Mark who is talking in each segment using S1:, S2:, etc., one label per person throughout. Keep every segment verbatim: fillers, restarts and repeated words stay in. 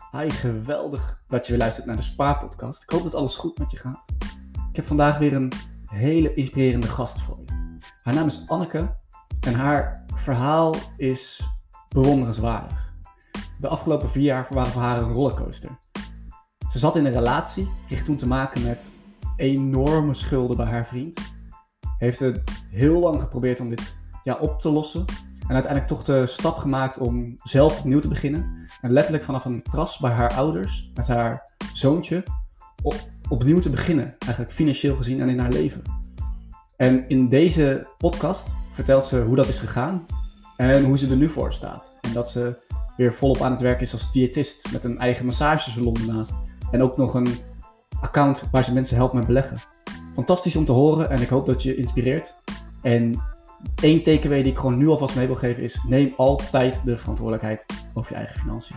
S1: Hi, geweldig dat je weer luistert naar de Spaarpodcast. Ik hoop dat alles goed met je gaat. Ik heb vandaag weer een hele inspirerende gast voor je. Haar naam is Anneke en haar verhaal is bewonderenswaardig. De afgelopen vier jaar waren voor haar een rollercoaster. Ze zat in een relatie, kreeg toen te maken met enorme schulden bij haar vriend. Heeft het heel lang geprobeerd om dit ja, op te lossen. En uiteindelijk toch de stap gemaakt om zelf opnieuw te beginnen. En letterlijk vanaf een matras bij haar ouders, met haar zoontje, op, opnieuw te beginnen. Eigenlijk financieel gezien en in haar leven. En in deze podcast vertelt ze hoe dat is gegaan. En hoe ze er nu voor staat. En dat ze weer volop aan het werk is als diëtist. Met een eigen massagesalon ernaast. En ook nog een account waar ze mensen helpt met beleggen. Fantastisch om te horen en ik hoop dat je inspireert. En één takeaway die ik gewoon nu alvast mee wil geven is: neem altijd de verantwoordelijkheid over je eigen financiën.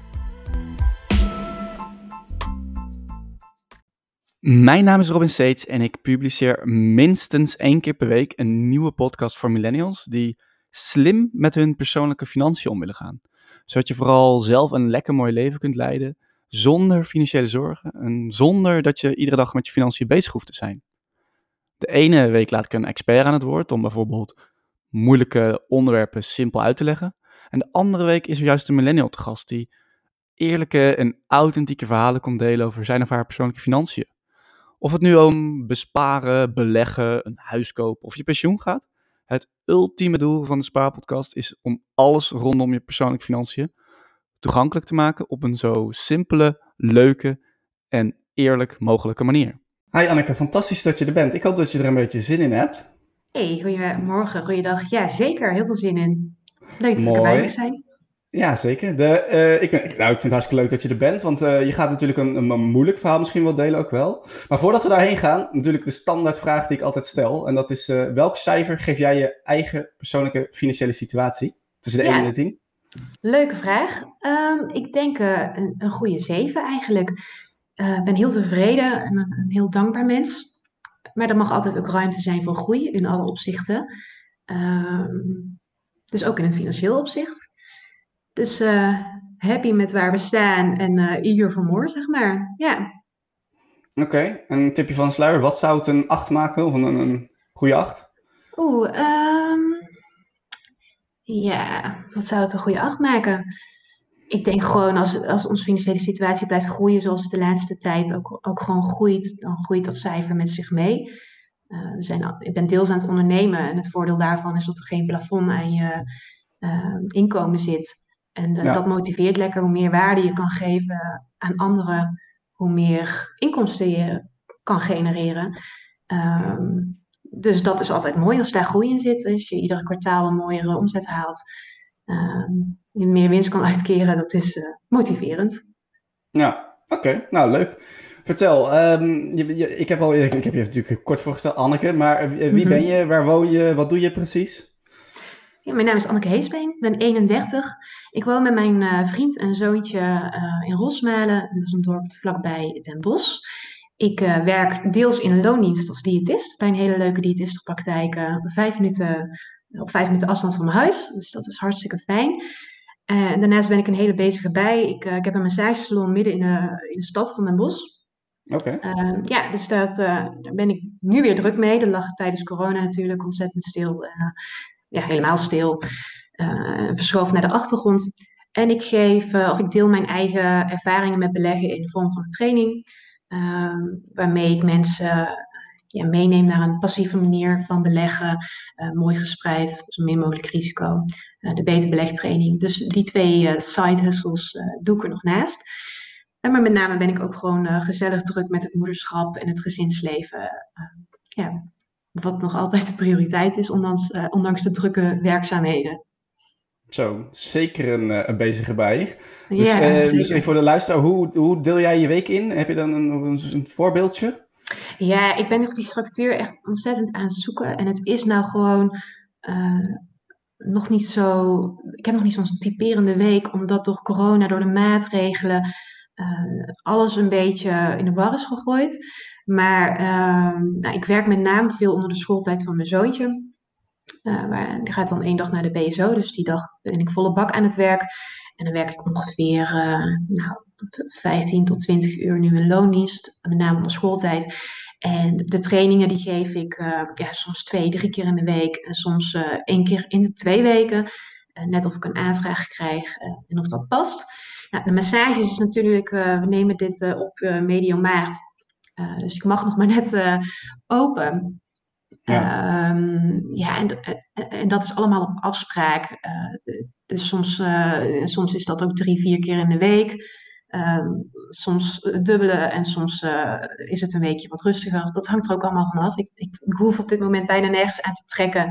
S1: Mijn naam is Robin Seets en ik publiceer minstens één keer per week een nieuwe podcast voor millennials die slim met hun persoonlijke financiën om willen gaan. Zodat je vooral zelf een lekker mooi leven kunt leiden zonder financiële zorgen en zonder dat je iedere dag met je financiën bezig hoeft te zijn. De ene week laat ik een expert aan het woord om bijvoorbeeld moeilijke onderwerpen simpel uit te leggen. En de andere week is er juist een millennial te gast die eerlijke en authentieke verhalen komt delen over zijn of haar persoonlijke financiën. Of het nu om besparen, beleggen, een huis kopen of je pensioen gaat. Het ultieme doel van de Spaarpodcast is om alles rondom je persoonlijke financiën toegankelijk te maken op een zo simpele, leuke en eerlijk mogelijke manier. Hi Anneke, fantastisch dat je er bent. Ik hoop dat je er een beetje zin in hebt.
S2: Hey, goedemorgen, goeiedag. Ja, zeker. Heel veel zin in. Leuk dat ik erbij mag zijn.
S1: Ja, zeker. De, uh, ik, ben, nou, ik vind het hartstikke leuk dat je er bent, want uh, je gaat natuurlijk een, een, een moeilijk verhaal misschien wel delen ook wel. Maar voordat we daarheen gaan, natuurlijk de standaardvraag die ik altijd stel. En dat is, uh, welk cijfer geef jij je eigen persoonlijke financiële situatie tussen de
S2: Ja,
S1: één en de tien?
S2: Leuke vraag. Um, ik denk uh, een, een goede zeven eigenlijk. Ik uh, ben heel tevreden en een, een heel dankbaar mens. Maar er mag altijd ook ruimte zijn voor groei in alle opzichten. Um, dus ook in een financieel opzicht. Dus uh, happy met waar we staan en uh, eager for more, zeg maar. Ja.
S1: Oké, okay. Een tipje van de sluier. Wat zou het een acht maken of een, een goede acht?
S2: Oeh, um, ja, wat zou het een goede acht maken? Ik denk gewoon als, als onze financiële situatie blijft groeien zoals het de laatste tijd ook, ook gewoon groeit, dan groeit dat cijfer met zich mee. Uh, we zijn, ik ben deels aan het ondernemen en het voordeel daarvan is dat er geen plafond aan je uh, inkomen zit. En uh,
S1: Ja.
S2: dat motiveert lekker. Hoe meer waarde je kan geven aan anderen, hoe meer inkomsten je kan genereren. Um, dus dat is altijd mooi als daar groei in zit. Als je iedere kwartaal een mooiere omzet haalt. Um, je meer winst kan uitkeren, dat is uh, motiverend.
S1: Ja, oké. Okay. Nou, leuk. Vertel, um, je, je, ik, heb al, ik heb je natuurlijk kort voorgesteld, Anneke, maar wie mm-hmm. ben je, waar woon je, wat doe je precies?
S2: Ja, mijn naam is Anneke Heesbeen, ik ben eenendertig. Ik woon met mijn uh, vriend en zoontje uh, in Rosmalen, dat is een dorp vlakbij Den Bosch. Ik uh, werk deels in een loondienst als diëtist, bij een hele leuke diëtistenpraktijk, uh, vijf minuten, op vijf minuten afstand van mijn huis. Dus dat is hartstikke fijn. Uh, en daarnaast ben ik een hele bezige bij. Ik, uh, ik heb een massagesalon midden in de, in de stad van Den Bosch.
S1: Oké. Okay.
S2: Uh, ja, dus dat, uh, daar ben ik nu weer druk mee. Dat lag tijdens corona natuurlijk ontzettend stil. Uh, ja, helemaal stil. Uh, verschoven naar de achtergrond. En ik geef, uh, of ik deel mijn eigen ervaringen met beleggen in de vorm van een training. Uh, waarmee ik mensen uh, ja, meeneem naar een passieve manier van beleggen. Uh, mooi gespreid, zo min mogelijk risico. Uh, de beter belegtraining. Dus die twee uh, side hustles uh, doe ik er nog naast. Uh, maar met name ben ik ook gewoon uh, gezellig druk met het moederschap en het gezinsleven. Uh, ja, wat nog altijd de prioriteit is, ondanks, uh, ondanks de drukke werkzaamheden.
S1: Zo, zeker een, een bezige bij. Dus,
S2: ja,
S1: uh, dus even voor de luisteraar, hoe, hoe deel jij je week in? Heb je dan een, een, een voorbeeldje?
S2: Ja, ik ben nog die structuur echt ontzettend aan het zoeken. En het is nou gewoon uh, nog niet zo... Ik heb nog niet zo'n typerende week, omdat door corona, door de maatregelen... Uh, alles een beetje in de war is gegooid. Maar uh, nou, ik werk met name veel onder de schooltijd van mijn zoontje. Uh, waar, die gaat dan één dag naar de B S O, dus die dag ben ik volle bak aan het werk. En dan werk ik ongeveer uh, nou, vijftien tot twintig uur nu in loondienst, met name onder schooltijd. En de trainingen die geef ik uh, ja, soms twee, drie keer in de week en soms uh, één keer in de twee weken. Uh, net of ik een aanvraag krijg uh, en of dat past. Nou, de massages is natuurlijk, uh, we nemen dit uh, op uh, medio maart. Uh, dus ik mag nog maar net uh, open. Ja, um, ja en, en, en dat is allemaal op afspraak. Uh, dus soms, uh, soms is dat ook drie, vier keer in de week. Um, soms dubbele en soms uh, is het een weekje wat rustiger. Dat hangt er ook allemaal vanaf. Ik, ik, ik hoef op dit moment bijna nergens aan te trekken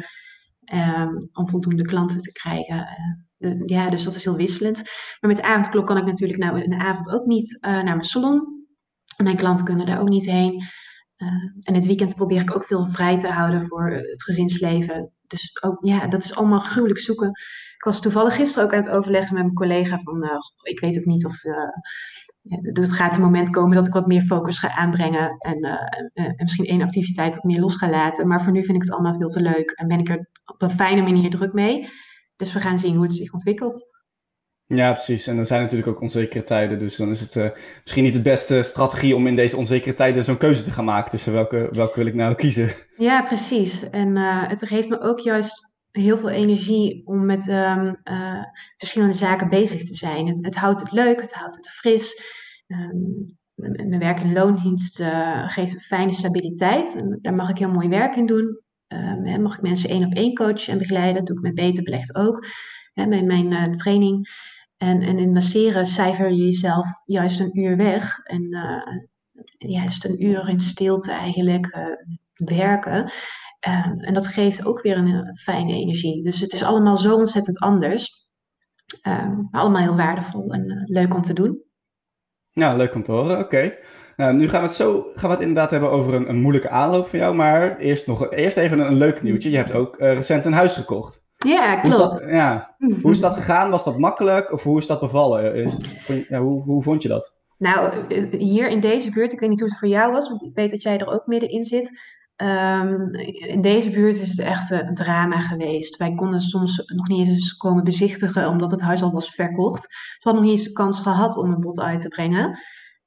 S2: um, om voldoende klanten te krijgen. Uh, de, ja, dus dat is heel wisselend. Maar met de avondklok kan ik natuurlijk nou in de avond ook niet uh, naar mijn salon. Mijn klanten kunnen daar ook niet heen. Uh, en het weekend probeer ik ook veel vrij te houden voor het gezinsleven. Dus ook, ja, dat is allemaal gruwelijk zoeken. Ik was toevallig gisteren ook aan het overleggen met mijn collega van, uh, ik weet ook niet of uh, ja, het gaat een moment komen dat ik wat meer focus ga aanbrengen en, uh, en misschien één activiteit wat meer los ga laten. Maar voor nu vind ik het allemaal veel te leuk en ben ik er op een fijne manier druk mee. Dus we gaan zien hoe het zich ontwikkelt.
S1: Ja, precies. En er zijn natuurlijk ook onzekere tijden. Dus dan is het uh, misschien niet de beste strategie om in deze onzekere tijden zo'n keuze te gaan maken. Tussen welke, welke wil ik nou kiezen?
S2: Ja, precies. En uh, het geeft me ook juist heel veel energie om met um, uh, verschillende zaken bezig te zijn. Het, het houdt het leuk, het houdt het fris. Um, mijn werk in loondienst uh, geeft een fijne stabiliteit. En daar mag ik heel mooi werk in doen. Um, mag ik mensen één op één coachen en begeleiden. Dat doe ik met Beter Belegd ook. Hè, met mijn uh, training. En, en in masseren cijfer je jezelf juist een uur weg. En uh, juist een uur in stilte eigenlijk uh, werken. Uh, en dat geeft ook weer een, een fijne energie. Dus het is allemaal zo ontzettend anders. Uh, maar allemaal heel waardevol en uh, leuk om te doen.
S1: Ja, leuk om te horen. Oké. Okay. Nou, nu gaan we het zo gaan we het inderdaad hebben over een, een moeilijke aanloop van jou. Maar eerst, nog, eerst even een, een leuk nieuwtje. Je hebt ook uh, recent een huis gekocht.
S2: Ja, klopt.
S1: Hoe is dat, ja. Hoe is dat gegaan? Was dat makkelijk? Of hoe is dat bevallen? Is het, ja, hoe, hoe vond je dat?
S2: Nou, hier in deze buurt, ik weet niet hoe het voor jou was, want ik weet dat jij er ook middenin zit. Um, in deze buurt is het echt een drama geweest. Wij konden soms nog niet eens komen bezichtigen, omdat het huis al was verkocht. We hadden nog niet eens de kans gehad om een bod uit te brengen.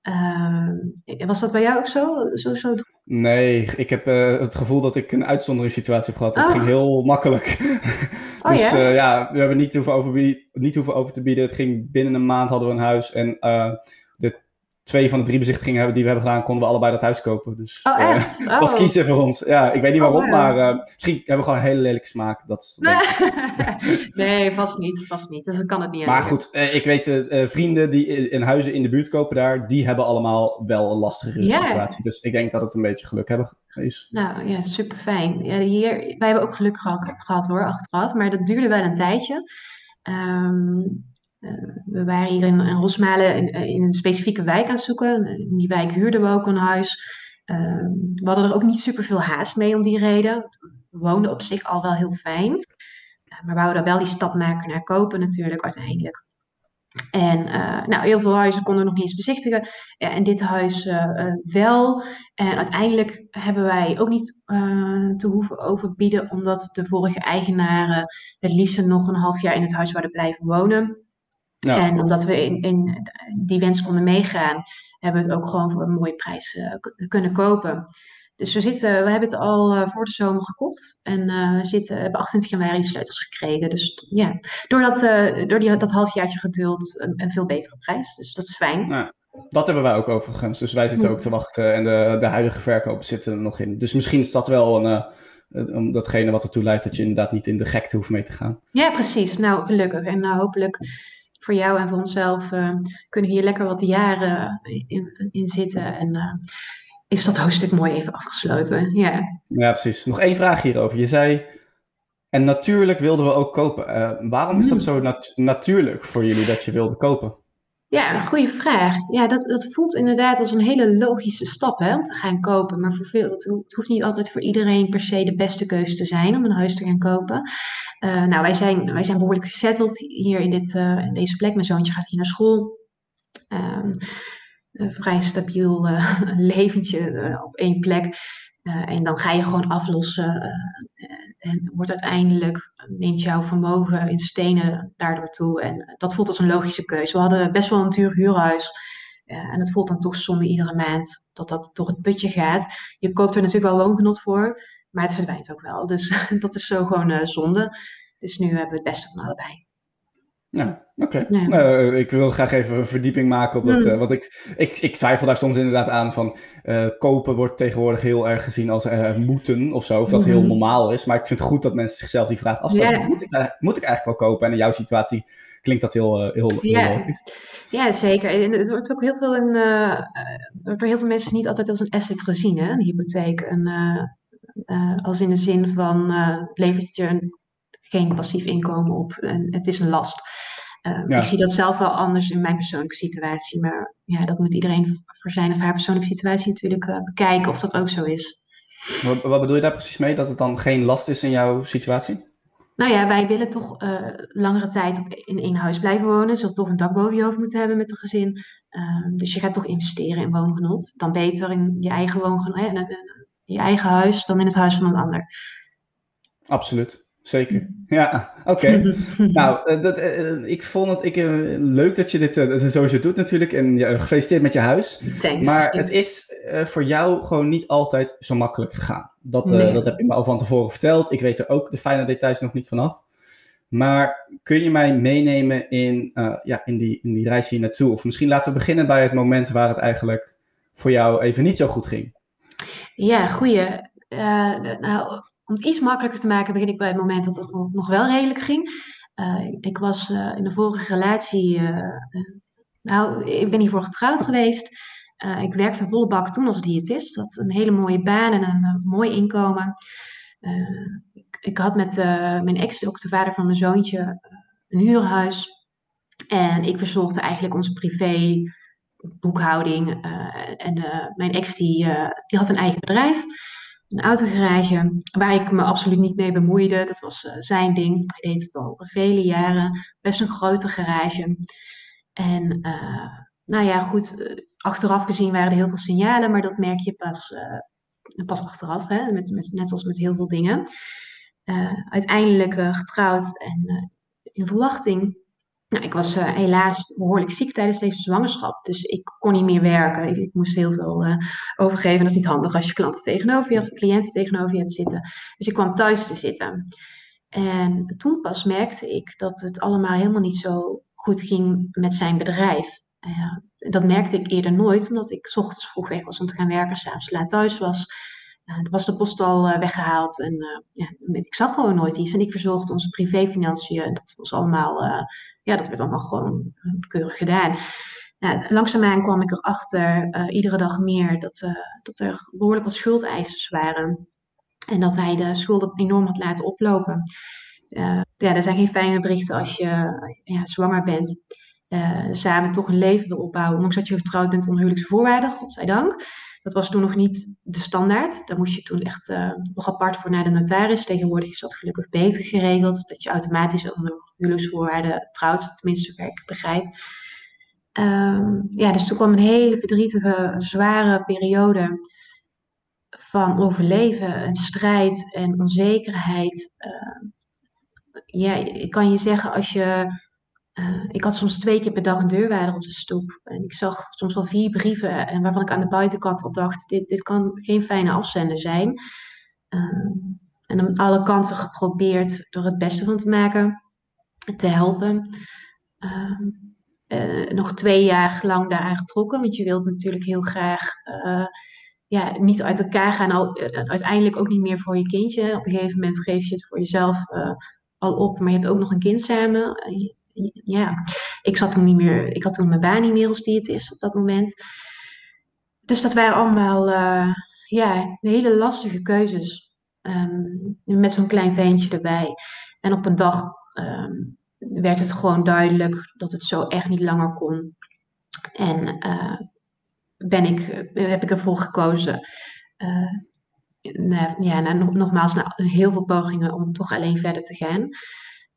S2: Um, was dat bij jou ook zo? zo, zo...
S1: Nee, ik heb uh, het gevoel dat ik een uitzonderingssituatie heb gehad. Het oh. ging heel makkelijk.
S2: Oh,
S1: dus
S2: ja?
S1: Uh, ja, we hebben niet hoeven, over, niet hoeven over te bieden. Het ging binnen een maand hadden we een huis. En uh, de twee van de drie bezichtigingen die we hebben gedaan, konden we allebei dat huis kopen. Dus
S2: oh, echt?
S1: Uh,
S2: oh.
S1: was kiezen voor ons. Ja, ik weet niet waarom,
S2: oh, wow.
S1: maar uh, misschien hebben we gewoon een hele lelijke smaak. Dat
S2: nee, vast niet, vast niet. Dus dan kan het niet.
S1: Maar goed, uh, ik weet uh, vrienden die in, in huizen in de buurt kopen daar, die hebben allemaal wel een lastigere yeah. situatie. Dus ik denk dat het een beetje geluk hebben is.
S2: Nou ja, super fijn. Ja, hier, wij hebben ook geluk gehad, gehad hoor, achteraf. Maar dat duurde wel een tijdje. Um, uh, we waren hier in, in Rosmalen in, in een specifieke wijk aan het zoeken. In die wijk huurden we ook een huis. Uh, we hadden er ook niet super veel haast mee om die reden. We woonden op zich al wel heel fijn. Uh, maar we wouden wel die stap maken naar kopen natuurlijk uiteindelijk. En uh, nou, heel veel huizen konden we nog niet eens bezichtigen. Ja, en dit huis uh, uh, wel. En uiteindelijk hebben wij ook niet uh, te hoeven overbieden, omdat de vorige eigenaren het liefst nog een half jaar in het huis zouden blijven wonen. Ja. En omdat we in, in die wens konden meegaan, hebben we het ook gewoon voor een mooie prijs uh, k- kunnen kopen. Dus we, zitten, we hebben het al uh, voor de zomer gekocht. En uh, we zitten, hebben achtentwintig januari de sleutels gekregen. Dus ja, door dat, uh, door die, dat halfjaartje geduld een, een veel betere prijs. Dus dat is fijn.
S1: Ja, dat hebben wij ook overigens. Dus wij zitten ook te wachten. En de, de huidige verkopen zitten er nog in. Dus misschien is dat wel een, uh, datgene wat ertoe leidt dat je inderdaad niet in de gekte hoeft mee te gaan.
S2: Ja, precies. Nou, gelukkig. En uh, hopelijk voor jou en voor onszelf uh, kunnen we hier lekker wat jaren in, in zitten. En uh, is dat hoofdstuk mooi even afgesloten. Ja.
S1: Ja, precies. Nog één vraag hierover. Je zei, en natuurlijk wilden we ook kopen. Uh, waarom is dat zo nat- natuurlijk voor jullie dat je wilde kopen?
S2: Ja, een goede vraag. Ja, dat, dat voelt inderdaad als een hele logische stap, hè, om te gaan kopen. Maar voor veel, dat, het hoeft niet altijd voor iedereen per se de beste keuze te zijn om een huis te gaan kopen. Uh, nou, wij zijn, wij zijn behoorlijk gesetteld hier in, dit, uh, in deze plek. Mijn zoontje gaat hier naar school. Um, een vrij stabiel uh, leventje uh, op één plek. Uh, en dan ga je gewoon aflossen. Uh, En wordt uiteindelijk, neemt jouw vermogen in stenen daardoor toe. En dat voelt als een logische keuze. We hadden best wel een duur huurhuis. Uh, en het voelt dan toch zonde iedere maand dat dat door het putje gaat. Je koopt er natuurlijk wel woongenot voor, maar het verdwijnt ook wel. Dus dat is zo gewoon uh, zonde. Dus nu hebben we het beste van allebei.
S1: Ja, oké. Okay. Ja. Uh, ik wil graag even een verdieping maken op dat. Mm. Uh, want ik, ik, ik twijfel daar soms inderdaad aan van uh, kopen wordt tegenwoordig heel erg gezien als uh, moeten of zo. Of dat mm-hmm. heel normaal is. Maar ik vind het goed dat mensen zichzelf die vraag afstellen. Yeah. Moet, ik, moet ik eigenlijk wel kopen? En in jouw situatie klinkt dat heel, uh, heel, heel yeah. logisch.
S2: Ja, zeker. En het wordt ook heel veel in, uh, door heel veel mensen niet altijd als een asset gezien, hè? Een hypotheek. En, uh, uh, als in de zin van uh, het levert je een, geen passief inkomen op en het is een last. Uh, ja. Ik zie dat zelf wel anders in mijn persoonlijke situatie, maar ja, dat moet iedereen voor zijn of haar persoonlijke situatie natuurlijk uh, bekijken of dat ook zo is.
S1: Wat, wat bedoel je daar precies mee? Dat het dan geen last is in jouw situatie?
S2: Nou ja, wij willen toch uh, langere tijd op, in één huis blijven wonen. Zult toch een dak boven je hoofd moeten hebben met een gezin. Uh, dus je gaat toch investeren in woongenot. Dan beter in je eigen woongenot, hè, in, in, in je eigen huis dan in het huis van een ander.
S1: Absoluut. Zeker. Ja, oké. Okay. nou, uh, dat, uh, ik vond het ik, uh, leuk dat je dit uh, sowieso doet natuurlijk. En uh, gefeliciteerd met je huis.
S2: Thanks.
S1: Maar het is uh, voor jou gewoon niet altijd zo makkelijk gegaan. Dat, uh, nee. dat heb je me al van tevoren verteld. Ik weet er ook de fijne details nog niet vanaf. Maar kun je mij meenemen in, uh, ja, in, die, in die reis hier naartoe? Of misschien laten we beginnen bij het moment waar het eigenlijk voor jou even niet zo goed ging.
S2: Ja, goeie. Uh, nou... Om het iets makkelijker te maken begin ik bij het moment dat het nog wel redelijk ging. Uh, ik was uh, in de vorige relatie, uh, uh, nou, ik ben hiervoor getrouwd geweest. Uh, ik werkte volle bak toen als diëtist. Had een hele mooie baan en een, een mooi inkomen. Uh, ik, ik had met uh, mijn ex, ook de vader van mijn zoontje, uh, een huurhuis. En ik verzorgde eigenlijk onze privé boekhouding. Uh, en uh, mijn ex die, uh, die had een eigen bedrijf. Een autogarage, waar ik me absoluut niet mee bemoeide. Dat was uh, zijn ding. Hij deed het al vele jaren. Best een grote garage. En uh, nou ja, goed. Uh, achteraf gezien waren er heel veel signalen. Maar dat merk je pas, uh, pas achteraf. Hè? Met, met, net als met heel veel dingen. Uh, uiteindelijk uh, getrouwd en uh, in verwachting. Nou, ik was uh, helaas behoorlijk ziek tijdens deze zwangerschap. Dus ik kon niet meer werken. Ik, ik moest heel veel uh, overgeven. Dat is niet handig als je klanten tegenover je of cliënten tegenover je hebt zitten. Dus ik kwam thuis te zitten. En toen pas merkte ik dat het allemaal helemaal niet zo goed ging met zijn bedrijf. Uh, dat merkte ik eerder nooit, omdat ik 's ochtends vroeg weg was om te gaan werken, 's avonds laat thuis was. Uh, er was de post al uh, weggehaald en uh, ja, ik zag gewoon nooit iets. En ik verzorgde onze privéfinanciën en dat was allemaal... Uh, Ja, dat werd allemaal gewoon keurig gedaan. Nou, langzaamaan kwam ik erachter, uh, iedere dag meer, dat, uh, dat er behoorlijk wat schuldeisers waren. En dat hij de schulden enorm had laten oplopen. Uh, ja, er zijn geen fijne berichten als je ja, zwanger bent. Uh, samen toch een leven wil opbouwen. Ondanks dat je getrouwd bent onder huwelijkse voorwaarden, godzijdank. Dat was toen nog niet de standaard. Daar moest je toen echt uh, nog apart voor naar de notaris. Tegenwoordig is dat gelukkig beter geregeld. Dat je automatisch onder huwelijksvoorwaarden trouwt. Tenminste, zover ik begrijp. Um, ja, dus toen kwam een hele verdrietige, zware periode van overleven. En strijd en onzekerheid. Uh, ja, ik kan je zeggen, als je... Uh, ik had soms twee keer per dag een deurwaarder op de stoep. En ik zag soms wel vier brieven. En waarvan ik aan de buitenkant al dacht, dit, dit kan geen fijne afzender zijn. Uh, en aan alle kanten geprobeerd er het beste van te maken. Te helpen. Uh, uh, nog twee jaar lang daaraan getrokken. Want je wilt natuurlijk heel graag uh, ja, niet uit elkaar gaan. Al, uh, uiteindelijk ook niet meer voor je kindje. Op een gegeven moment geef je het voor jezelf uh, al op. Maar je hebt ook nog een kind samen. Uh, Ja, ik zat toen niet meer, ik had toen mijn baan niet meer als diëtist op dat moment. Dus dat waren allemaal uh, ja, hele lastige keuzes. Um, met zo'n klein ventje erbij. En op een dag um, werd het gewoon duidelijk dat het zo echt niet langer kon. En uh, ben ik, heb ik ervoor gekozen. Uh, na, ja, na, nogmaals, na heel veel pogingen om toch alleen verder te gaan.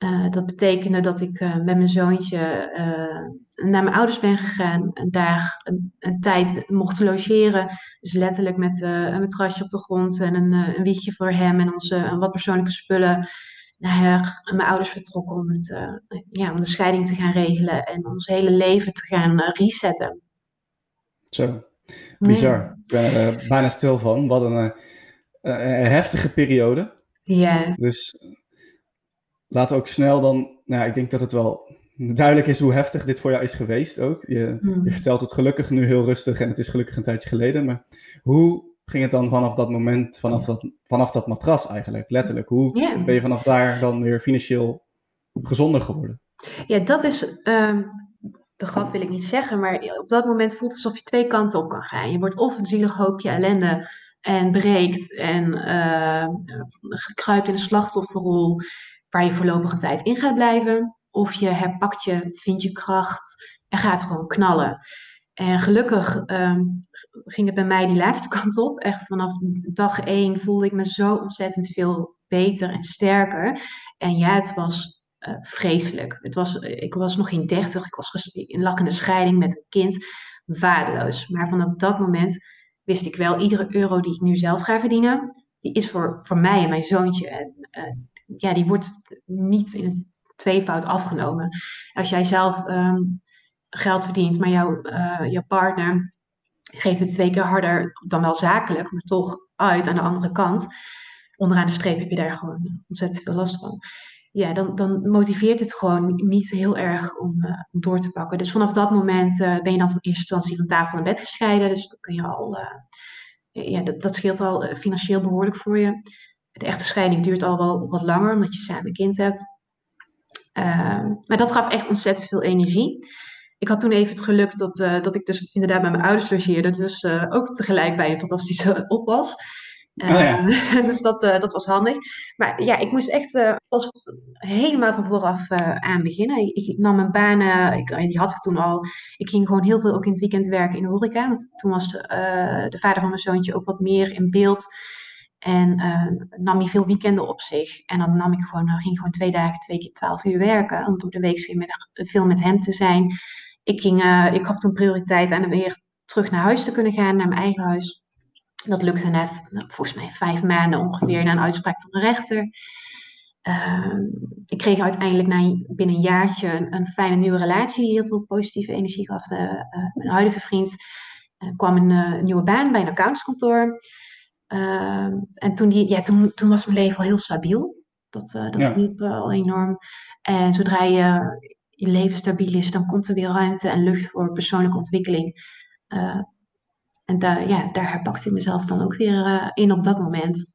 S2: Uh, dat betekende dat ik uh, met mijn zoontje uh, naar mijn ouders ben gegaan en daar een, een tijd mocht logeren. Dus letterlijk met uh, een matrasje op de grond en een, uh, een wiegje voor hem en onze uh, wat persoonlijke spullen naar mijn ouders vertrokken om, het, uh, ja, om de scheiding te gaan regelen en ons hele leven te gaan uh, resetten.
S1: Zo, bizar. Nee. Ik ben er uh, bijna stil van. Wat een, uh, een heftige periode.
S2: Ja.
S1: Dus laten we ook snel dan... Nou, ik denk dat het wel duidelijk is hoe heftig dit voor jou is geweest ook. Je, mm. je vertelt het gelukkig nu heel rustig en het is gelukkig een tijdje geleden. Maar hoe ging het dan vanaf dat moment, vanaf dat, vanaf dat matras eigenlijk, letterlijk? Hoe yeah. ben je vanaf daar dan weer financieel gezonder geworden?
S2: Ja, dat is... Um... de grap wil ik niet zeggen, maar op dat moment voelt het alsof je twee kanten op kan gaan. Je wordt of een zielig hoopje ellende en breekt en uh, gekruipt in een slachtofferrol waar je voorlopig een tijd in gaat blijven. Of je herpakt je, vindt je kracht en gaat gewoon knallen. En gelukkig um, ging het bij mij die laatste kant op. Echt vanaf dag één voelde ik me zo ontzettend veel beter en sterker. En ja, het was... Uh, vreselijk. Het was, ik was nog geen dertig, ik, was ges- ik lag in de scheiding met een kind, waardeloos. Maar vanaf dat moment wist ik wel, iedere euro die ik nu zelf ga verdienen, die is voor, voor mij en mijn zoontje. En uh, ja, die wordt niet in een tweevoud afgenomen. Als jij zelf um, geld verdient, maar jouw, uh, jouw partner geeft het twee keer harder, dan wel zakelijk, maar toch uit aan de andere kant. Onderaan de streep heb je daar gewoon ontzettend veel last van. Ja, dan, dan motiveert het gewoon niet heel erg om, uh, om door te pakken. Dus vanaf dat moment uh, ben je dan van eerste instantie van tafel en bed gescheiden. Dus dan kun je al, uh, ja, dat, dat scheelt al uh, financieel behoorlijk voor je. De echte scheiding duurt al wel wat langer, omdat je samen een kind hebt. Uh, maar dat gaf echt ontzettend veel energie. Ik had toen even het geluk dat, uh, dat ik dus inderdaad bij mijn ouders logeerde. Dus uh, ook tegelijk bij een fantastische oppas. Uh, oh ja. Dus dat, uh, dat was handig. Maar ja, ik moest echt uh, was helemaal van vooraf uh, aan beginnen. Ik, ik nam mijn banen, ik, die had ik toen al. Ik ging gewoon heel veel ook in het weekend werken in de horeca. Want toen was uh, de vader van mijn zoontje ook wat meer in beeld. En uh, nam hij veel weekenden op zich. En dan nam ik gewoon, uh, ging gewoon twee dagen, twee keer twaalf uur werken. Om door de week weer met, veel met hem te zijn. Ik, ging, uh, ik gaf toen prioriteit aan hem weer terug naar huis te kunnen gaan, naar mijn eigen huis. Dat lukte na, volgens mij vijf maanden ongeveer na een uitspraak van de rechter. Uh, ik kreeg uiteindelijk na, binnen een jaartje een, een fijne nieuwe relatie die heel veel positieve energie gaf. De, uh, mijn huidige vriend uh, kwam een, uh, een nieuwe baan bij een accountskantoor. Uh, en toen, die, ja, toen, toen was mijn leven al heel stabiel. Dat, uh, dat ja. hielp uh, al enorm. En zodra je, je leven stabiel is, dan komt er weer ruimte en lucht voor persoonlijke ontwikkeling. Uh, En daar, ja, daar herpakte ik mezelf dan ook weer uh, in op dat moment.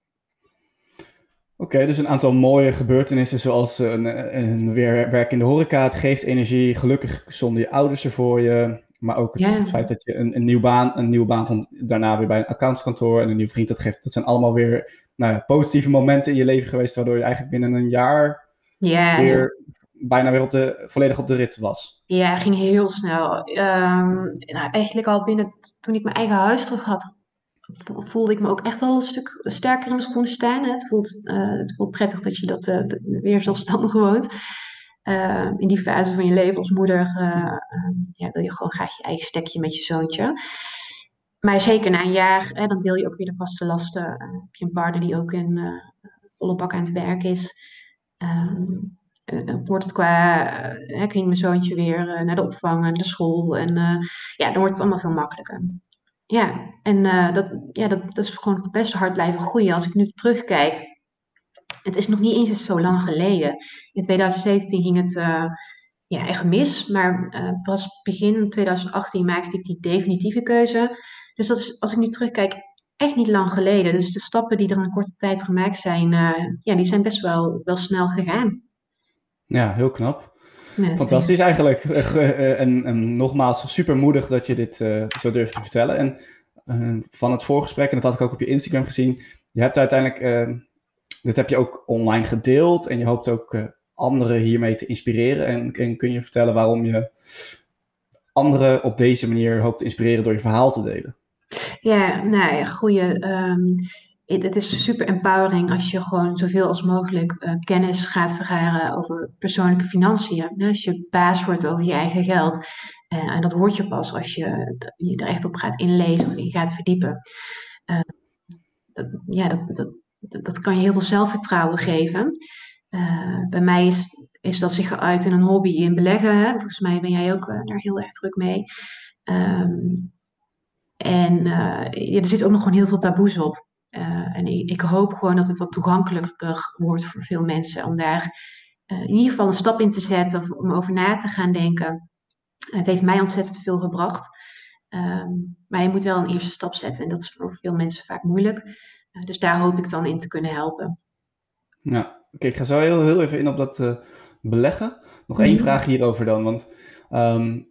S1: Oké, okay, dus een aantal mooie gebeurtenissen zoals een, een weer werk in de horeca. Het geeft energie. Gelukkig stonden je ouders er voor je. Maar ook het, ja. het feit dat je een, een, nieuwe baan, een nieuwe baan van daarna weer bij een accountskantoor en een nieuwe vriend dat geeft. Dat zijn allemaal weer nou ja, positieve momenten in je leven geweest, waardoor je eigenlijk binnen een jaar
S2: ja.
S1: weer bijna weer op de, volledig op de rit was.
S2: Ja, ging heel snel. Um, nou, eigenlijk al binnen, toen ik mijn eigen huis terug had, voelde ik me ook echt wel een stuk sterker in de schoenen staan. Hè. Het, voelt, uh, het voelt prettig dat je dat uh, weer zelfstandig woont. Uh, in die fase van je leven als moeder uh, uh, ja, wil je gewoon graag je eigen stekje met je zoontje. Maar zeker na een jaar, hè, dan deel je ook weer de vaste lasten. Uh, heb je een partner die ook in uh, volle bak aan het werk is. Um, Uh, wordt het qua, uh, ging mijn zoontje weer uh, naar de opvang, naar de school. En uh, ja, dan wordt het allemaal veel makkelijker. Ja, en uh, dat, ja, dat, dat is gewoon best hard blijven groeien. Als ik nu terugkijk, het is nog niet eens zo lang geleden. In twintig zeventien ging het uh, ja, echt mis. Maar uh, pas begin twintig achttien maakte ik die definitieve keuze. Dus dat is, als ik nu terugkijk, echt niet lang geleden. Dus de stappen die er in een korte tijd gemaakt zijn, uh, ja, die zijn best wel, wel snel gegaan.
S1: Ja, heel knap. Ja, fantastisch eigenlijk. Uh, en, en nogmaals, super moedig dat je dit uh, zo durft te vertellen. En uh, van het voorgesprek, en dat had ik ook op je Instagram gezien, je hebt uiteindelijk, uh, dit heb je ook online gedeeld en je hoopt ook uh, anderen hiermee te inspireren. En, en kun je vertellen waarom je anderen op deze manier hoopt te inspireren door je verhaal te delen?
S2: Ja, nou ja, goeie. Um... het, het is super empowering als je gewoon zoveel als mogelijk uh, kennis gaat vergaren over persoonlijke financiën. Ja, als je baas wordt over je eigen geld. Uh, en dat word je pas als je je er echt op gaat inlezen of in gaat verdiepen. Uh, dat, ja, dat, dat, dat, dat kan je heel veel zelfvertrouwen geven. Uh, bij mij is, is dat zich geuit in een hobby in beleggen. Hè? Volgens mij ben jij ook uh, daar heel erg druk mee. Um, en uh, ja, er zitten ook nog gewoon heel veel taboes op. Uh, en ik, ik hoop gewoon dat het wat toegankelijker wordt voor veel mensen. Om daar uh, in ieder geval een stap in te zetten. Of om over na te gaan denken. Het heeft mij ontzettend veel gebracht. Um, maar je moet wel een eerste stap zetten. En dat is voor veel mensen vaak moeilijk. Uh, dus daar hoop ik dan in te kunnen helpen.
S1: Ja, oké. Okay, ik ga zo heel, heel even in op dat uh, beleggen. Nog mm-hmm. één vraag hierover dan. Want um,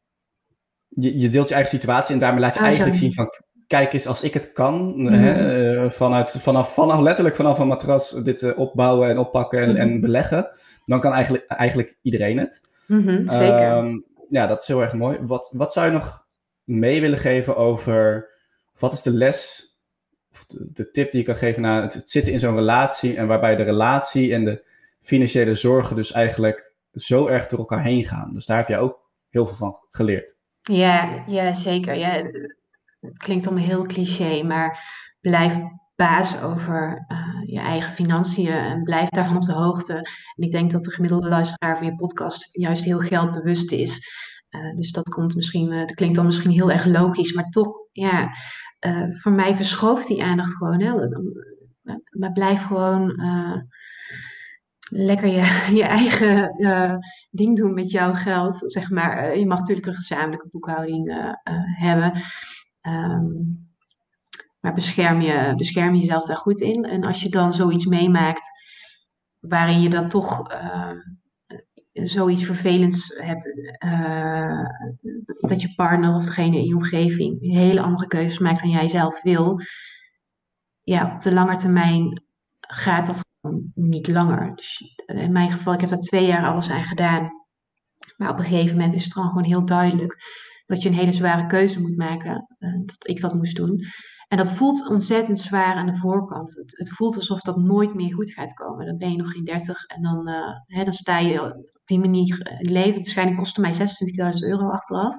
S1: je, je deelt je eigen situatie. En daarmee laat je ah, eigenlijk sorry. zien van... Kijk eens, als ik het kan, mm-hmm. hè, uh, vanuit, vanaf, vanaf letterlijk vanaf een matras dit uh, opbouwen en oppakken en, mm-hmm. en beleggen, dan kan eigenlijk, eigenlijk iedereen het.
S2: Mm-hmm, zeker.
S1: Um, ja, dat is heel erg mooi. Wat, wat zou je nog mee willen geven over, wat is de les, of de, de tip die je kan geven na het, het zitten in zo'n relatie en waarbij de relatie en de financiële zorgen dus eigenlijk zo erg door elkaar heen gaan. Dus daar heb jij ook heel veel van geleerd.
S2: Ja, ja zeker. Ja. Het klinkt allemaal heel cliché, maar blijf baas over uh, je eigen financiën en blijf daarvan op de hoogte. En ik denk dat de gemiddelde luisteraar van je podcast juist heel geldbewust is. Uh, dus dat komt misschien, uh, dat klinkt dan misschien heel erg logisch, maar toch, ja, uh, voor mij verschooft die aandacht gewoon. Hè? Maar blijf gewoon uh, lekker je, je eigen uh, ding doen met jouw geld, zeg maar. Uh, je mag natuurlijk een gezamenlijke boekhouding uh, uh, hebben. Um, maar bescherm, je, bescherm jezelf daar goed in. En als je dan zoiets meemaakt waarin je dan toch uh, zoiets vervelends hebt, uh, dat je partner of degene in je omgeving hele andere keuzes maakt dan jij zelf wil, ja, op de lange termijn gaat dat gewoon niet langer. Dus in mijn geval, ik heb daar twee jaar alles aan gedaan. Maar op een gegeven moment is het dan gewoon heel duidelijk dat je een hele zware keuze moet maken, uh, dat ik dat moest doen. En dat voelt ontzettend zwaar aan de voorkant. Het, het voelt alsof dat nooit meer goed gaat komen. Dan ben je nog geen dertig en dan, uh, hè, dan sta je op die manier in het leven. Waarschijnlijk kostte mij zesentwintigduizend euro achteraf.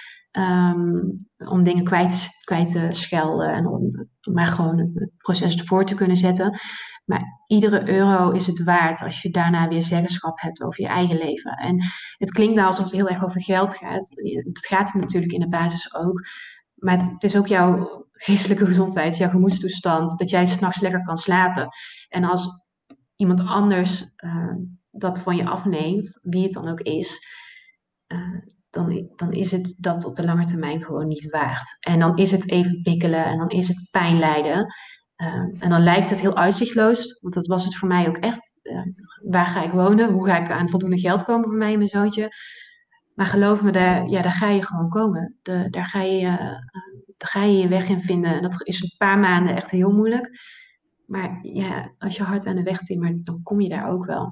S2: Um, om dingen kwijt te, kwijt te schelden en om, om maar gewoon het proces ervoor te kunnen zetten. Maar iedere euro is het waard als je daarna weer zeggenschap hebt over je eigen leven. En het klinkt nou alsof het heel erg over geld gaat. Het gaat natuurlijk in de basis ook. Maar het is ook jouw geestelijke gezondheid, jouw gemoedstoestand, dat jij 's nachts lekker kan slapen. En als iemand anders uh, dat van je afneemt, wie het dan ook is, uh, dan, dan is het dat op de lange termijn gewoon niet waard. En dan is het even bikkelen en dan is het pijn lijden. Uh, en dan lijkt het heel uitzichtloos, want dat was het voor mij ook echt. Uh, waar ga ik wonen? Hoe ga ik aan voldoende geld komen voor mij en mijn zoontje? Maar geloof me, daar, ja, daar ga je gewoon komen. De, daar, ga je, uh, daar ga je je weg in vinden. En dat is een paar maanden echt heel moeilijk. Maar ja, als je hard aan de weg timmert, dan kom je daar ook wel.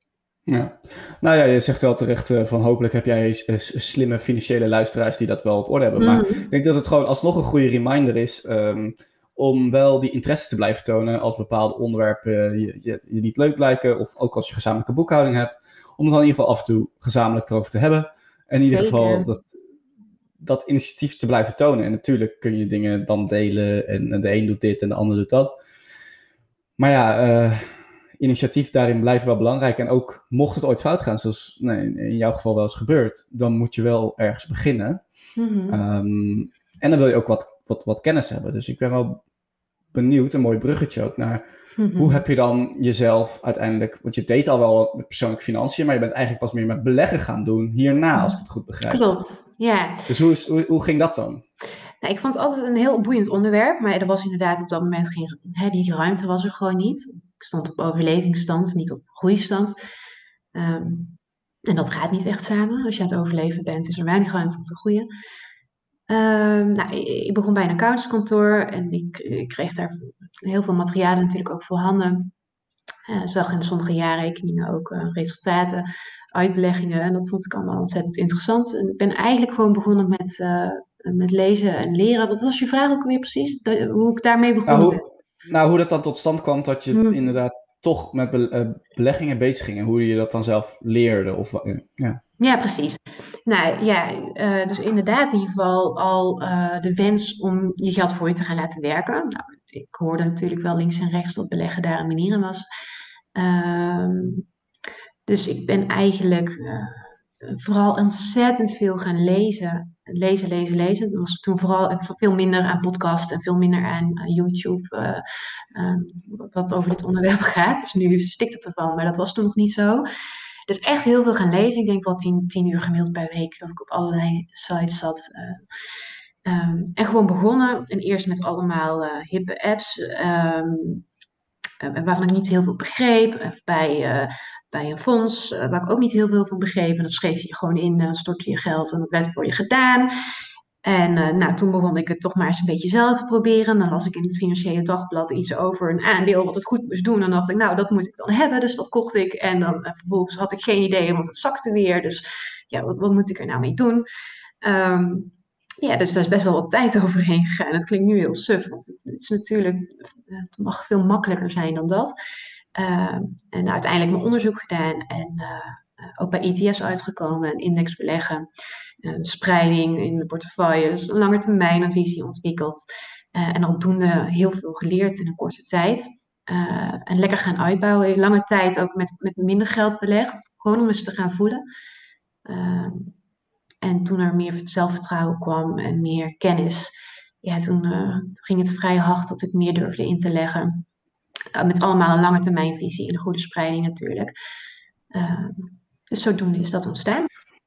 S1: Ja. Nou ja, je zegt wel terecht uh, van hopelijk heb jij uh, slimme financiële luisteraars die dat wel op orde hebben. Mm. Maar ik denk dat het gewoon alsnog een goede reminder is um, om wel die interesse te blijven tonen als bepaalde onderwerpen je, je, je niet leuk lijken. Of ook als je gezamenlijke boekhouding hebt. Om het dan in ieder geval af en toe gezamenlijk erover te hebben. En in ieder Zeker. geval dat, dat initiatief te blijven tonen. En natuurlijk kun je dingen dan delen. En, en de een doet dit en de ander doet dat. Maar ja, uh, initiatief daarin blijft wel belangrijk. En ook mocht het ooit fout gaan, zoals nee, in jouw geval wel eens gebeurt, dan moet je wel ergens beginnen. Mm-hmm. Um, en dan wil je ook wat, wat, wat kennis hebben. Dus ik ben wel benieuwd, een mooi bruggetje ook, naar mm-hmm. hoe heb je dan jezelf uiteindelijk, want je deed al wel met persoonlijke financiën, maar je bent eigenlijk pas meer met beleggen gaan doen hierna, als ik het goed begrijp.
S2: Klopt, ja.
S1: Dus hoe, is, hoe, hoe ging dat dan?
S2: Nou, ik vond het altijd een heel boeiend onderwerp, maar er was inderdaad op dat moment geen, hè, die ruimte was er gewoon niet. Ik stond op overlevingsstand, niet op groeistand. Um, en dat gaat niet echt samen. Als je aan het overleven bent, is er weinig ruimte om te groeien. Um, nou, ik begon bij een accountantskantoor en ik, ik kreeg daar heel veel materialen natuurlijk ook voor handen. Uh, zag in sommige jaarrekeningen ook uh, resultaten, uitbeleggingen en dat vond ik allemaal ontzettend interessant. En ik ben eigenlijk gewoon begonnen met, uh, met lezen en leren. Wat was je vraag ook weer precies? De, hoe ik daarmee begon?
S1: Nou, hoe, Nou, hoe dat dan tot stand kwam, dat je
S2: Hm.
S1: inderdaad toch met be- uh, beleggingen bezig ging en hoe je dat dan zelf leerde. Of, uh, ja.
S2: Ja, precies. Nou ja, uh, dus inderdaad in ieder geval al uh, de wens om je geld voor je te gaan laten werken. Nou, ik hoorde natuurlijk wel links en rechts dat beleggen daar een manier in was. Uh, dus ik ben eigenlijk uh, vooral ontzettend veel gaan lezen. Lezen, lezen, lezen. Dat was toen vooral veel minder aan podcast en veel minder aan, aan YouTube. Uh, uh, wat over dit onderwerp gaat. Dus nu stikt het ervan, maar dat was toen nog niet zo. Dus echt heel veel gaan lezen. Ik denk wel tien, tien uur gemiddeld per week dat ik op allerlei sites zat. Uh, um, en gewoon begonnen. En eerst met allemaal uh, hippe apps. Um, uh, waarvan ik niet heel veel begreep. Of bij, uh, bij een fonds uh, waar ik ook niet heel veel van begreep. En dat schreef je gewoon in, uh, stortte je geld en dat werd voor je gedaan. En uh, nou, toen begon ik het toch maar eens een beetje zelf te proberen. Dan las ik in het Financiële Dagblad iets over een aandeel wat het goed moest doen. En dan dacht ik, nou, dat moet ik dan hebben. Dus dat kocht ik. En dan uh, vervolgens had ik geen idee, want het zakte weer. Dus ja, wat, wat moet ik er nou mee doen? Um, ja, dus daar is best wel wat tijd overheen gegaan. Het klinkt nu heel suf, want het is natuurlijk, het mag veel makkelijker zijn dan dat. Uh, en uiteindelijk mijn onderzoek gedaan en uh, ook bij E T F's uitgekomen en indexbeleggen. Uh, spreiding in de portefeuilles, een lange termijn visie ontwikkeld. Uh, en aldoende heel veel geleerd in een korte tijd. Uh, en lekker gaan uitbouwen. Lange tijd ook met, met minder geld belegd. Gewoon om eens te gaan voelen. Uh, en toen er meer zelfvertrouwen kwam en meer kennis. Ja, toen, uh, toen ging het vrij hard dat ik meer durfde in te leggen. Uh, met allemaal een lange termijn visie en een goede spreiding natuurlijk. Uh, dus zodoende is dat ontstaan.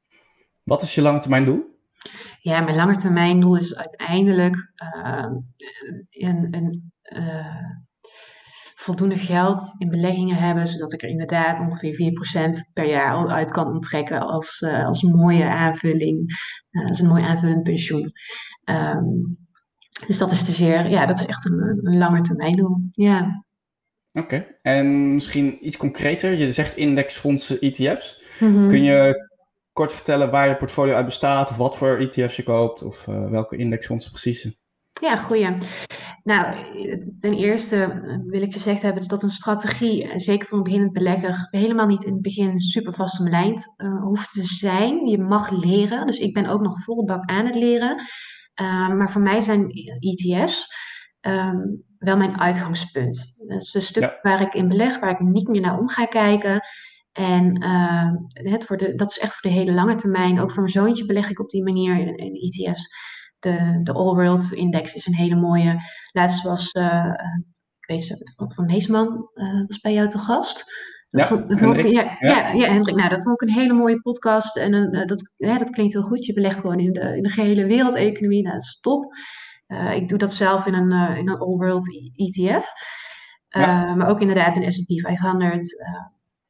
S1: Wat is je lange termijn doel?
S2: Ja, mijn lange termijn doel is uiteindelijk uh, een, een, uh, voldoende geld in beleggingen hebben, zodat ik er inderdaad ongeveer vier procent per jaar uit kan onttrekken als, uh, als mooie aanvulling, uh, als een mooi aanvullend pensioen. Um, dus dat is, te zeer, ja, dat is echt een, een lange termijn doel. Ja.
S1: Oké, okay. En misschien iets concreter. Je zegt indexfondsen, E T F's.
S2: Mm-hmm.
S1: Kun je kort vertellen waar je portfolio uit bestaat, of wat voor E T F's je koopt, of uh, welke indexfondsen precies?
S2: Ja, goeie. Nou, ten eerste wil ik gezegd hebben dat een strategie, zeker voor een beginnend belegger, helemaal niet in het begin super vastomlijnd uh, hoeft te zijn. Je mag leren, dus ik ben ook nog volle bak aan het leren. Uh, maar voor mij zijn E T F's um, wel mijn uitgangspunt. Dat is een stuk ja. waar ik in beleg, waar ik niet meer naar om ga kijken. En uh, het voor de, dat is echt voor de hele lange termijn. Ook voor mijn zoontje beleg ik op die manier in, in E T F's. De, de All World Index is een hele mooie. Laatst was, uh, ik weet het, van, van Meesman uh, was bij jou te gast. Dat
S1: ja,
S2: vond,
S1: Hendrik.
S2: Ik, ja, ja. Ja, ja, Hendrik. Nou, dat vond ik een hele mooie podcast. En uh, dat, ja, dat klinkt heel goed. Je belegt gewoon in de, in de gehele wereldeconomie. Nou, dat is top. Uh, ik doe dat zelf in een, uh, in een All World E T F. Uh, ja. Maar ook inderdaad in S en P vijfhonderd. Uh,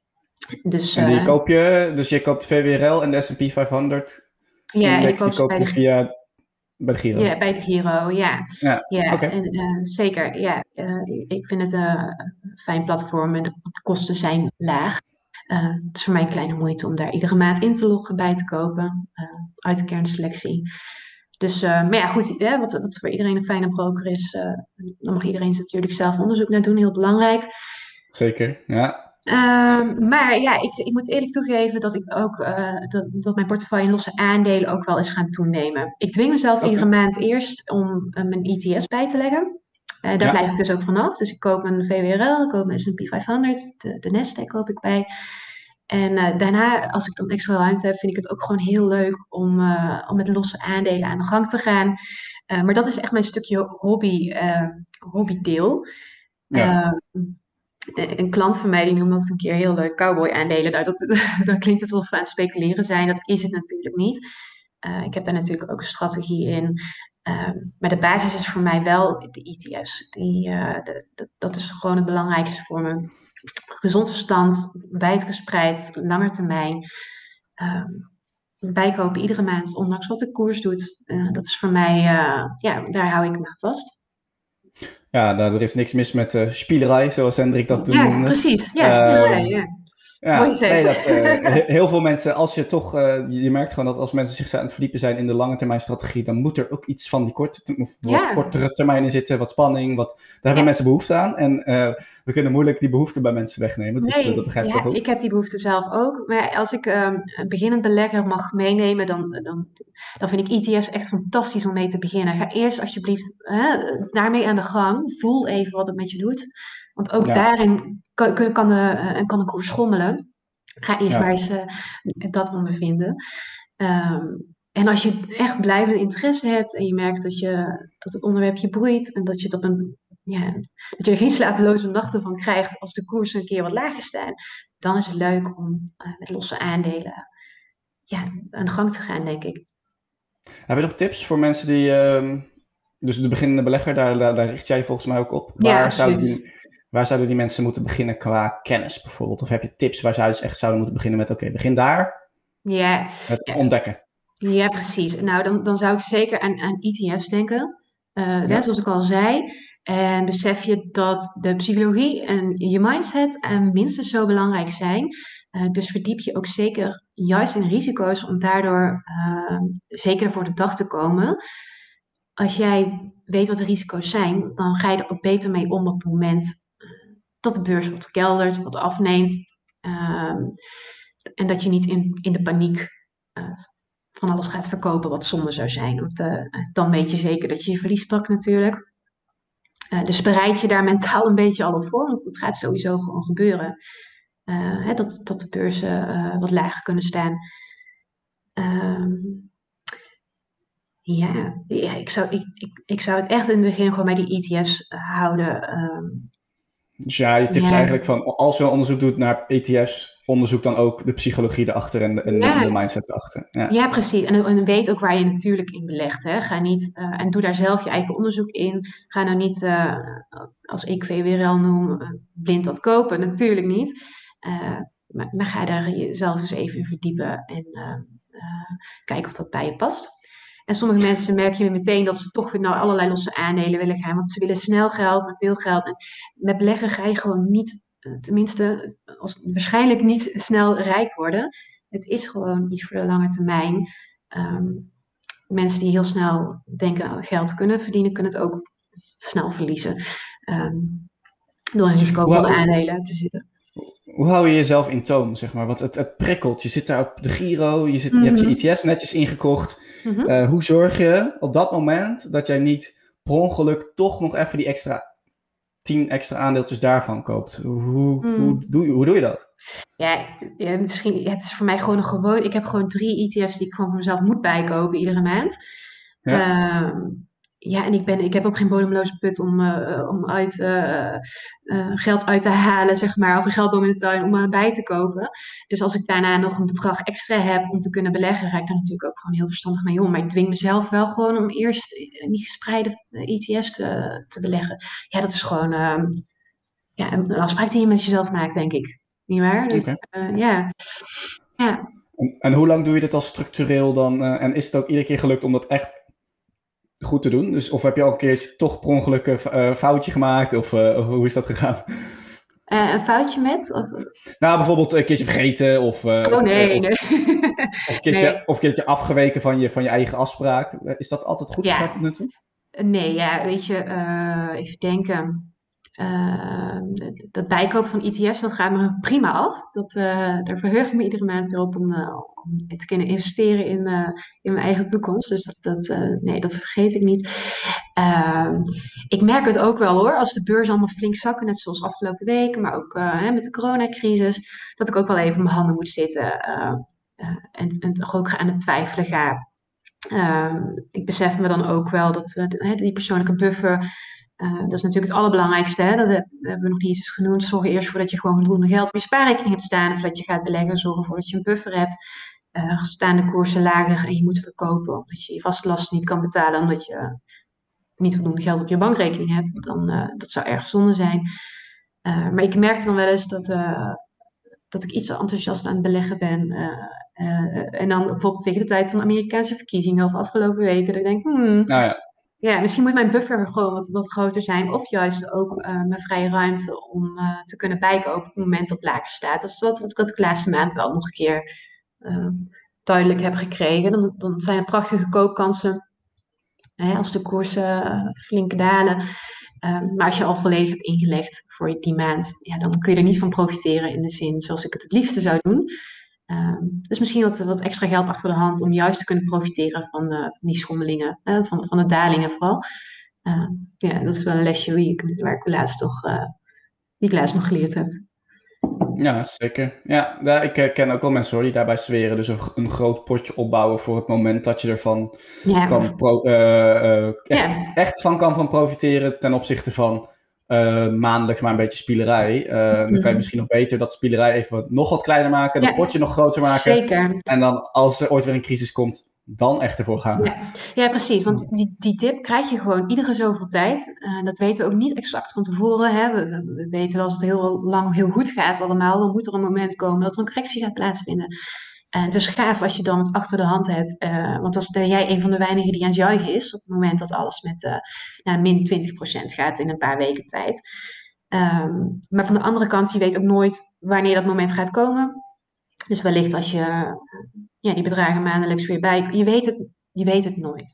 S1: dus, en die uh, koop je, dus je koopt de V W R L en de S en P vijfhonderd.
S2: Ja,
S1: index,
S2: ik koop
S1: die koop je
S2: de...
S1: via... Bij de Giro?
S2: Ja, bij de Giro, ja.
S1: Ja,
S2: ja
S1: okay.
S2: en, uh, zeker. Ja, uh, ik vind het uh, een fijn platform en de kosten zijn laag. Uh, het is voor mij een kleine moeite om daar iedere maand in te loggen, bij te kopen. Uh, uit de kernselectie. Dus, uh, maar ja, goed. Ja, wat, wat voor iedereen een fijne broker is, uh, dan mag iedereen natuurlijk zelf onderzoek naar doen. Heel belangrijk.
S1: Zeker, ja.
S2: Uh, maar ja, ik, ik moet eerlijk toegeven dat ik ook uh, dat, dat mijn portefeuille in losse aandelen ook wel is gaan toenemen. Ik dwing mezelf okay. iedere maand eerst om uh, mijn E T F's bij te leggen. Uh, daar ja. blijf ik dus ook vanaf. Dus ik koop een V W R L, ik koop een S en P vijfhonderd, de, de Nasdaq koop ik bij. En uh, daarna, als ik dan extra ruimte heb, vind ik het ook gewoon heel leuk om, uh, om met losse aandelen aan de gang te gaan. Uh, maar dat is echt mijn stukje hobby, uh, hobbydeel. Ja. Uh, Een klant van mij die noemde dat een keer heel leuk, cowboy aandelen. Nou, dat, dat klinkt het wel aan het speculeren zijn. Dat is het natuurlijk niet. Uh, ik heb daar natuurlijk ook een strategie in. Uh, maar de basis is voor mij wel de E T F's. Die, uh, de, de, dat is gewoon het belangrijkste voor me. Gezond verstand, wijdgespreid, langer termijn. Uh, bijkopen iedere maand, ondanks wat de koers doet. Uh, dat is voor mij, uh, ja, daar hou ik me aan vast.
S1: Ja, nou, er is niks mis met uh, spielerij, zoals Hendrik dat toen
S2: ja,
S1: noemde.
S2: Precies. Ja, spielerij, uh, ja. Mooi
S1: Ja, nee,
S2: gezegd.
S1: dat eh, he- heel veel mensen, als je toch, eh, je je merkt gewoon dat als mensen zich zijn aan het verdiepen zijn in de lange termijn strategie, dan moet er ook iets van die korte, te- of wat
S2: Ja,
S1: kortere termijn in zitten, wat spanning, wat, daar hebben
S2: ja.
S1: mensen behoefte aan. En eh, we kunnen moeilijk die behoefte bij mensen wegnemen, dus eh, dat
S2: Nee,
S1: begrijp ik wel
S2: ja, ik
S1: goed.
S2: heb die behoefte zelf ook. Maar als ik ehm, een beginnend belegger mag meenemen, dan, dan, dan vind ik E T F's echt fantastisch om mee te beginnen. Ga eerst alsjeblieft hè, daarmee aan de gang. Voel even wat het met je doet. Want ook
S1: Ja,
S2: daarin kan, kan, kan de, eh, kan de koers schommelen. Ga eerst maar
S1: ja.
S2: eens eh, dat ondervinden. Ehm, en als je echt blijvend interesse hebt en je merkt dat, je, dat het onderwerp je boeit en dat je het op een ja, dat je er geen slapeloze nachten van krijgt als de koersen een keer wat lager staan, dan is het leuk om uh, met losse aandelen ja, aan de gang te gaan, denk ik.
S1: Heb je nog tips voor mensen die, ehm, dus de beginnende belegger, daar, daar, daar richt jij je volgens mij ook op.
S2: Ja,
S1: Waar zouden
S2: absoluut.
S1: die, waar zouden die mensen moeten beginnen qua kennis bijvoorbeeld? Of heb je tips waar zij dus echt zouden moeten beginnen met, oké, begin daar
S2: Ja,
S1: met
S2: ja,
S1: ontdekken.
S2: ja, precies. Nou, dan, dan zou ik zeker aan, aan E T F's denken. Uh, net
S1: Ja,
S2: zoals ik al zei. En besef je dat de psychologie en je mindset uh, minstens zo belangrijk zijn. Uh, dus verdiep je ook zeker juist in risico's om daardoor uh, zeker voor de dag te komen. Als jij weet wat de risico's zijn, dan ga je er ook beter mee om op het moment dat de beurs wat keldert, wat afneemt. Uh, en dat je niet in, in de paniek uh, van alles gaat verkopen wat zonde zou zijn. Want uh, dan weet je zeker dat je je verlies pakt natuurlijk. Uh, dus bereid je daar mentaal een beetje al op voor, want dat gaat sowieso gewoon gebeuren. Uh, hè, dat, dat de beurzen uh, wat lager kunnen staan. Um, ja, ja ik, zou, ik, ik, ik zou het echt in het begin gewoon bij die E T F's houden. Um,
S1: dus ja, je tips
S2: ja,
S1: eigenlijk van, als je een onderzoek doet naar E T F's, onderzoek dan ook de psychologie erachter en de, en de, de
S2: ja,
S1: mindset erachter. Ja.
S2: ja, precies. En, en weet ook waar je natuurlijk in belegt. Hè. Ga niet, uh, en doe daar zelf je eigen onderzoek in. Ga nou niet, uh, als ik V W R L noem, uh, blind dat kopen. Natuurlijk niet. Uh, maar, maar ga daar jezelf eens even in verdiepen en uh, uh, kijken of dat bij je past. En sommige mensen merk je meteen dat ze toch weer naar allerlei losse aandelen willen gaan. Want ze willen snel geld en veel geld. En met beleggen ga je gewoon niet, tenminste, als, waarschijnlijk niet snel rijk worden. Het is gewoon iets voor de lange termijn. Um, mensen die heel snel denken geld kunnen verdienen, kunnen het ook snel verliezen. Um, door in risicovolle
S1: Hoe,
S2: aandelen te zitten.
S1: hoe hou je jezelf in toom, zeg maar? Want het, het prikkelt. Je zit daar op de Giro, je, zit, je
S2: Mm-hmm.
S1: hebt je E T F's netjes ingekocht.
S2: Mm-hmm.
S1: Uh, hoe zorg je op dat moment dat jij niet per ongeluk toch nog even die extra tien extra aandeeltjes daarvan koopt? Hoe,
S2: Mm.
S1: hoe, doe, je, hoe doe je dat?
S2: Ja, ja, misschien, het is voor mij gewoon een gewoon. Ik heb gewoon drie E T F's die ik gewoon voor mezelf moet bijkopen iedere maand.
S1: Ja.
S2: Um, ja, en ik, ben, ik heb ook geen bodemloze put om, uh, om uit, uh, uh, geld uit te halen, zeg maar, of een geldboom in de tuin om uh, bij te kopen. Dus als ik daarna nog een bedrag extra heb om te kunnen beleggen, ga ik daar natuurlijk ook gewoon heel verstandig mee om. Maar ik dwing mezelf wel gewoon om eerst in die gespreide E T F's te, te beleggen. Ja, dat is gewoon uh, ja, een afspraak die je met jezelf maakt, denk ik. Niet waar? Dus,
S1: Okay.
S2: uh, ja. ja.
S1: En, en hoe lang doe je dit al structureel dan? Uh, en is het ook iedere keer gelukt om dat echt goed te doen? Dus, of heb je al een keertje toch per ongeluk een uh, foutje gemaakt? Of, uh, of hoe is dat gegaan?
S2: Uh, een foutje met? Of...
S1: Nou, bijvoorbeeld een keertje vergeten of, uh,
S2: oh nee,
S1: of,
S2: nee.
S1: of, een keertje,
S2: nee.
S1: of een keertje afgeweken van je, van je eigen afspraak. Is dat altijd goed
S2: ja.
S1: gegaan tot nu toe?
S2: Nee, ja, weet je, uh, even denken. Uh, dat bijkopen van E T F's, dat gaat me prima af. Dat, uh, daar verheug ik me iedere maand weer op om, uh, om te kunnen investeren in, uh, in mijn eigen toekomst. Dus dat, dat, uh, nee, dat vergeet ik niet. Uh, ik merk het ook wel hoor, als de beurzen allemaal flink zakken, net zoals afgelopen weken, maar ook uh, hè, met de coronacrisis, dat ik ook wel even op mijn handen moet zitten uh, uh, en, en ook aan het twijfelen ga. Uh, ik besef me dan ook wel dat uh, die persoonlijke buffer, uh, dat is natuurlijk het allerbelangrijkste. Hè? Dat hebben we nog niet eens genoemd. Zorg eerst voor dat je gewoon voldoende geld op je spaarrekening hebt staan. Voordat je gaat beleggen, zorg ervoor dat je een buffer hebt. Uh, staan de koersen lager en je moet verkopen omdat je je vaste lasten niet kan betalen. Omdat je niet voldoende geld op je bankrekening hebt. Dan, uh, dat zou erg zonde zijn. Uh, maar ik merk dan wel eens dat, uh, dat ik iets te enthousiast aan het beleggen ben. Uh, Uh, en dan bijvoorbeeld tegen de tijd van de Amerikaanse verkiezingen of afgelopen weken, dat ik denk, hmm,
S1: nou ja.
S2: Ja, misschien moet mijn buffer gewoon wat, wat groter zijn. Of juist ook uh, mijn vrije ruimte om uh, te kunnen bijkopen op het moment dat het lager staat. Dat is wat, wat, wat ik de laatste maand wel nog een keer uh, duidelijk heb gekregen. Dan, dan zijn er prachtige koopkansen. Hè, als de koersen uh, flink dalen. Um, maar als je al volledig hebt ingelegd voor die maand, ja, dan kun je er niet van profiteren in de zin zoals ik het het liefste zou doen. Um, dus misschien wat, wat extra geld achter de hand om juist te kunnen profiteren van, uh, van die schommelingen, uh, van, van de dalingen vooral. Uh, ja, dat is wel een lesje die ik, waar ik laatst toch, uh, die ik laatst nog geleerd heb.
S1: Ja, zeker. Ja, daar, ik uh, ken ook wel mensen hoor, die daarbij zweren. Dus een, een groot potje opbouwen voor het moment dat je ervan
S2: Ja.
S1: kan pro, uh, uh, echt,
S2: Ja.
S1: echt van kan van profiteren ten opzichte van uh, maandelijks maar een beetje spielerij. Uh, mm-hmm. Dan kan je misschien nog beter dat spielerij even nog wat kleiner maken, dat ja. potje nog groter maken.
S2: Zeker.
S1: En dan als er ooit weer een crisis komt, dan echt ervoor gaan.
S2: Ja, ja precies. Want die, die tip krijg je gewoon iedere zoveel tijd. Uh, dat weten we ook niet exact van tevoren. Hè. We, we, we weten wel als het heel lang heel goed gaat allemaal. Dan moet er een moment komen dat er een correctie gaat plaatsvinden. En het is gaaf als je dan het achter de hand hebt. Uh, want als ben jij een van de weinigen die aan het juichen is. Op het moment dat alles met uh, nou, min twintig procent gaat in een paar weken tijd. Um, maar van de andere kant, je weet ook nooit wanneer dat moment gaat komen. Dus wellicht als je ja, die bedragen maandelijks weer bij... Je weet het, je weet het nooit.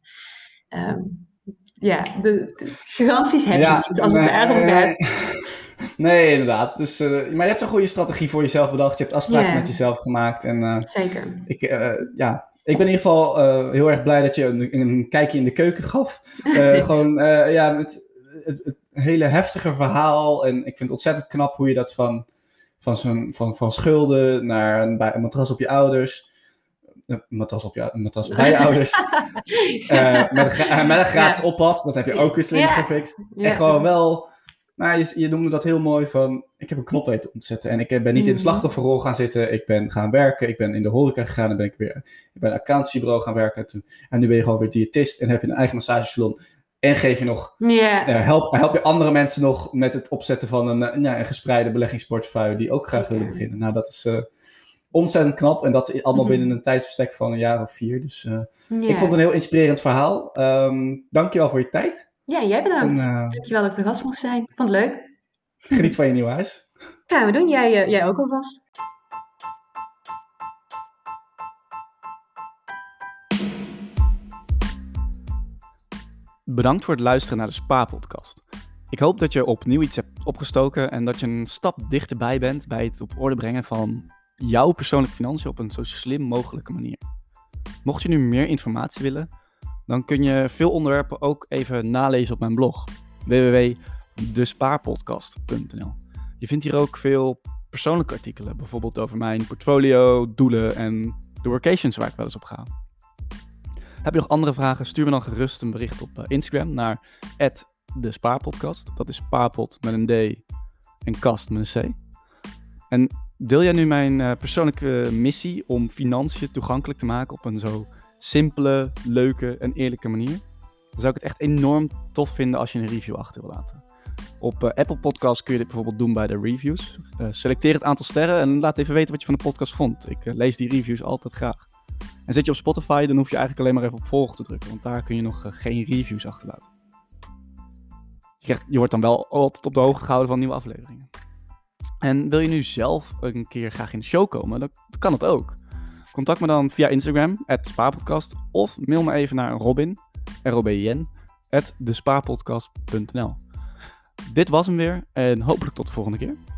S2: Um, ja, de, de garanties heb ja, je niet als nee, het daarom gaat.
S1: Nee, inderdaad. Dus, uh, maar je hebt een goede strategie voor jezelf bedacht. Je hebt afspraken yeah. met jezelf gemaakt. En, uh,
S2: Zeker.
S1: Ik, uh, ja, ik ben in ieder geval uh, heel erg blij dat je een, een kijkje in de keuken gaf. Uh, gewoon uh, ja, het, het, het hele heftige verhaal. En ik vind het ontzettend knap hoe je dat van... Van, zo'n, van, van schulden naar een, bij, een matras op je ouders. Een matras, op je, een matras bij je ouders. uh, met, een, met een gratis ja. oppas. Dat heb je ook weer slim ja. gefixt. Ja. En gewoon wel... Nou, je, je noemde dat heel mooi van... Ik heb een knop weten om te zetten. En ik ben niet mm. in de slachtofferrol gaan zitten. Ik ben gaan werken. Ik ben in de horeca gegaan. En ben ik weer ik ben een accountancybureau gaan werken. En, toen, en nu ben je gewoon weer diëtist. En heb je een eigen massagesalon. En geef je nog,
S2: yeah.
S1: uh, help, help je andere mensen nog met het opzetten van een, uh, ja, een gespreide beleggingsportefeuille die ook graag okay. willen beginnen. Nou, dat is uh, ontzettend knap en dat allemaal mm-hmm. binnen een tijdsbestek van een jaar of vier. Dus uh, yeah. ik vond het een heel inspirerend verhaal. Um, dankjewel voor je tijd.
S2: Ja, jij bedankt. En, uh, dankjewel dat ik de gast mocht zijn. Ik vond het leuk.
S1: Geniet van je nieuwe huis.
S2: Gaan we doen. Jij, uh, jij ook alvast.
S1: Bedankt voor het luisteren naar de Spa-podcast. Ik hoop dat je opnieuw iets hebt opgestoken en dat je een stap dichterbij bent bij het op orde brengen van jouw persoonlijke financiën op een zo slim mogelijke manier. Mocht je nu meer informatie willen, dan kun je veel onderwerpen ook even nalezen op mijn blog w w w punt de spaarpodcast punt n l. Je vindt hier ook veel persoonlijke artikelen, bijvoorbeeld over mijn portfolio, doelen en de workations waar ik wel eens op ga. Heb je nog andere vragen? Stuur me dan gerust een bericht op uh, Instagram naar at de spaarpodcast. Dat is spaarpot met een D en kast met een C. En deel jij nu mijn uh, persoonlijke missie om financiën toegankelijk te maken op een zo simpele, leuke en eerlijke manier? Dan zou ik het echt enorm tof vinden als je een review achter wil laten. Op uh, Apple Podcasts kun je dit bijvoorbeeld doen bij de reviews. Uh, selecteer het aantal sterren en laat even weten wat je van de podcast vond. Ik uh, lees die reviews altijd graag. En zit je op Spotify, dan hoef je eigenlijk alleen maar even op volgen te drukken. Want daar kun je nog uh, geen reviews achterlaten. Je, krijgt, je wordt dan wel altijd op de hoogte gehouden van nieuwe afleveringen. En wil je nu zelf een keer graag in de show komen, dan kan het ook. Contact me dan via Instagram, at spaarpodcast. Of mail me even naar Robin, R O B I N, at de spaarpodcast punt n l. Dit was hem weer en hopelijk tot de volgende keer.